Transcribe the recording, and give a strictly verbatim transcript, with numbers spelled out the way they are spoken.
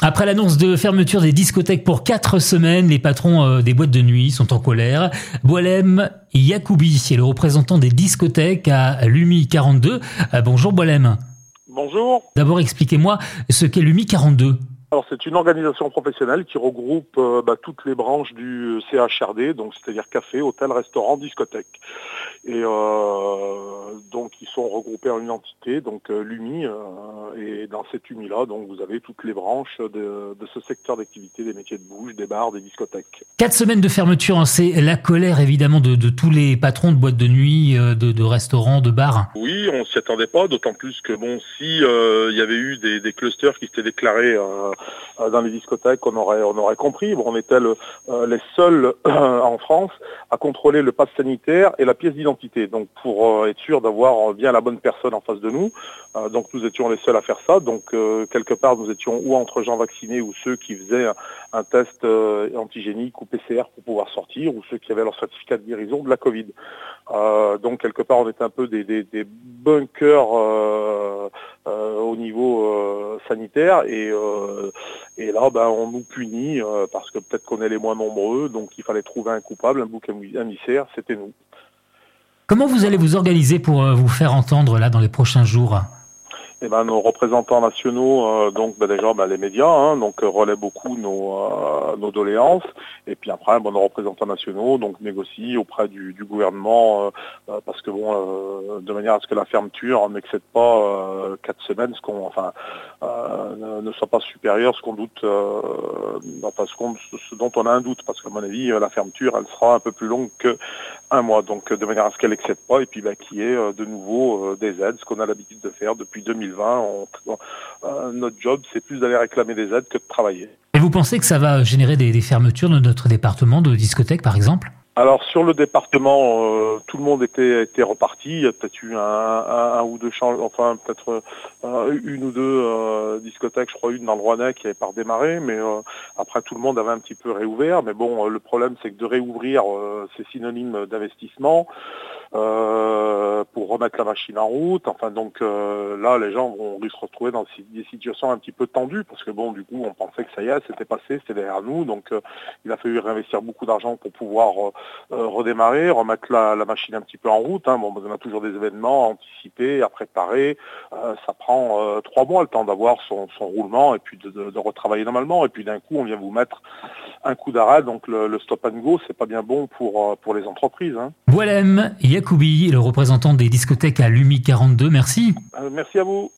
Après l'annonce de fermeture des discothèques pour quatre semaines, les patrons euh, des boîtes de nuit sont en colère. Boualem Yacoubi est le représentant des discothèques à l'U M I quarante-deux. Euh, bonjour Boualem. Bonjour. D'abord expliquez-moi ce qu'est l'U M I quarante-deux. Alors c'est une organisation professionnelle qui regroupe euh, bah, toutes les branches du C H R D, donc c'est-à-dire café, hôtel, restaurant, discothèque. Et euh, donc ils sont regroupés en une entité, donc euh, l'U M I, euh, et dans cette U M I-là, donc vous avez toutes les branches de, de ce secteur d'activité, des métiers de bouche, des bars, des discothèques. Quatre semaines de fermeture, hein, c'est la colère évidemment de, de tous les patrons de boîtes de nuit, de, de restaurants, de bars. Oui, on s'y attendait pas, d'autant plus que bon, si euh, il y avait eu des, des clusters qui s'étaient déclarés euh, dans les discothèques, on aurait on aurait compris. Bon, on était le, euh, les seuls euh, en France à contrôler le pass sanitaire et la pièce d'identité. Donc pour euh, être sûr d'avoir bien la bonne personne en face de nous, euh, donc nous étions les seuls à faire ça. Donc euh, quelque part nous étions ou entre gens vaccinés ou ceux qui faisaient un, un test euh, antigénique ou P C R pour pouvoir sortir, ou ceux qui avaient leur certificat de guérison de la Covid. Euh, donc quelque part on était un peu des, des, des bunkers euh, euh, au niveau euh, sanitaire et, euh, et là ben, on nous punit euh, parce que peut-être qu'on est les moins nombreux, donc il fallait trouver un coupable, un bouc émissaire, c'était nous. Comment vous allez vous organiser pour euh, vous faire entendre là dans les prochains jours ? Eh ben, nos représentants nationaux, euh, donc ben, déjà ben, les médias, hein, donc euh, relaient beaucoup nos, euh, nos doléances, et puis après ben, nos représentants nationaux donc négocient auprès du, du gouvernement, euh, parce que bon, euh, de manière à ce que la fermeture n'excède pas euh, quatre semaines, ce qu'on, enfin, euh, ne soit pas supérieur, ce qu'on doute, euh, enfin, ce, qu'on, ce dont on a un doute, parce qu'à mon avis la fermeture elle sera un peu plus longue que un mois, donc de manière à ce qu'elle n'excède pas, et puis ben, qu'il y ait euh, de nouveau euh, des aides, ce qu'on a l'habitude de faire depuis deux mille vingt. On, euh, notre job, c'est plus d'aller réclamer des aides que de travailler. Et vous pensez que ça va générer des, des fermetures de notre département de discothèque, par exemple ? Alors sur le département, euh, tout le monde était, était reparti. Il y a peut-être eu un, un, un ou deux changements, enfin peut-être euh, une ou deux euh, discothèques, je crois une dans le Rouennais qui n'avait pas redémarré, mais euh, après tout le monde avait un petit peu réouvert. Mais bon, euh, le problème c'est que de réouvrir, euh, c'est synonyme d'investissement. Euh, pour remettre la machine en route. Enfin donc euh, là les gens vont se retrouver dans des situations un petit peu tendues parce que bon du coup on pensait que ça y est, c'était passé, c'était derrière nous, donc euh, il a fallu réinvestir beaucoup d'argent pour pouvoir euh, redémarrer, remettre la, la machine un petit peu en route. Hein. Bon, on a toujours des événements à anticiper, à préparer. Euh, ça prend euh, trois mois le temps d'avoir son, son roulement et puis de, de, de retravailler normalement. Et puis d'un coup on vient vous mettre un coup d'arrêt, donc le, le stop and go, c'est pas bien bon pour pour les entreprises. Hein. Boualem Yacoubi, le représentant des discothèques à l'U M I quarante-deux, merci. Euh, merci à vous.